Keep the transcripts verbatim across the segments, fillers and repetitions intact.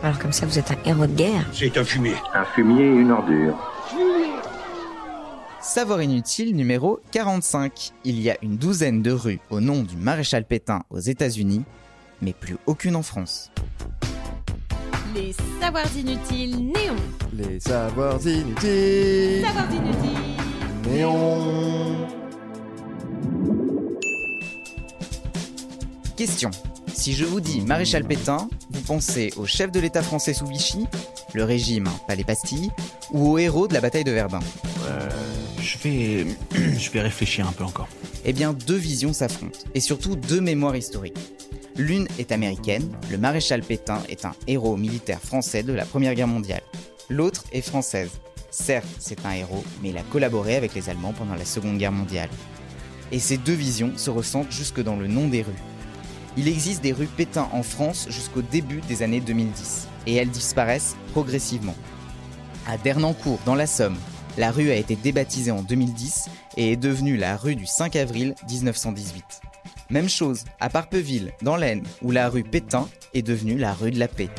Alors comme ça, vous êtes un héros de guerre. C'est un fumier. Un fumier et une ordure. Savoir inutile numéro quarante-cinq. Il y a une douzaine de rues au nom du maréchal Pétain aux États-Unis, mais plus aucune en France. Les savoirs inutiles néons. Les savoirs inutiles. Savoirs inutiles néons. Question. Si je vous dis maréchal Pétain, vous pensez au chef de l'État français sous Vichy, le régime, pas les pastilles, ou au héros de la bataille de Verdun ? Euh, je vais... je vais réfléchir un peu encore. Eh bien, deux visions s'affrontent, et surtout deux mémoires historiques. L'une est américaine, le maréchal Pétain est un héros militaire français de la Première Guerre mondiale. L'autre est française. Certes, c'est un héros, mais il a collaboré avec les Allemands pendant la Seconde Guerre mondiale. Et ces deux visions se ressentent jusque dans le nom des rues. Il existe des rues Pétain en France jusqu'au début des années deux mille dix, et elles disparaissent progressivement. À Dernancourt, dans la Somme, la rue a été débaptisée en deux mille dix et est devenue la rue du cinq avril dix-neuf cent dix-huit. Même chose à Parpeville, dans l'Aisne, où la rue Pétain est devenue la rue de la Paix.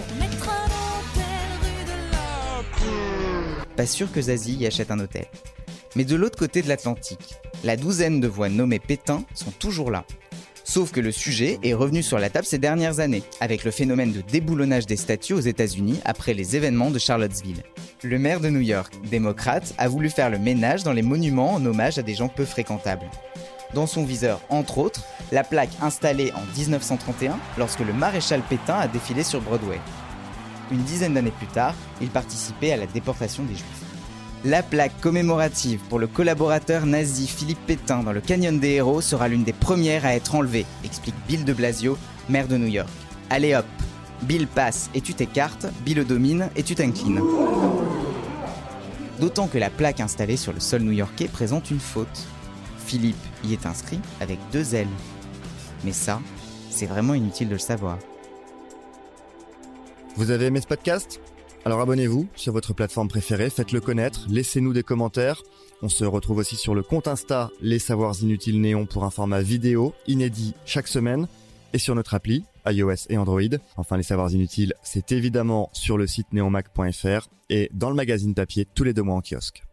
Pas sûr que Zazie y achète un hôtel. Mais de l'autre côté de l'Atlantique, la douzaine de voies nommées Pétain sont toujours là. Sauf que le sujet est revenu sur la table ces dernières années, avec le phénomène de déboulonnage des statues aux États-Unis après les événements de Charlottesville. Le maire de New York, démocrate, a voulu faire le ménage dans les monuments en hommage à des gens peu fréquentables. Dans son viseur, entre autres, la plaque installée en dix-neuf cent trente et un, lorsque le maréchal Pétain a défilé sur Broadway. Une dizaine d'années plus tard, il participait à la déportation des Juifs. La plaque commémorative pour le collaborateur nazi Philippe Pétain dans le Canyon des Héros sera l'une des premières à être enlevée, explique Bill de Blasio, maire de New York. Allez hop, Bill passe et tu t'écartes, Bill le domine et tu t'inclines. D'autant que la plaque installée sur le sol new-yorkais présente une faute. Philippe y est inscrit avec deux L. Mais ça, c'est vraiment inutile de le savoir. Vous avez aimé ce podcast ? Alors abonnez-vous sur votre plateforme préférée, faites-le connaître, laissez-nous des commentaires. On se retrouve aussi sur le compte Insta Les Savoirs Inutiles Néons pour un format vidéo inédit chaque semaine et sur notre appli iOS et Android. Enfin, Les Savoirs Inutiles, c'est évidemment sur le site neonmac point f r et dans le magazine papier tous les deux mois en kiosque.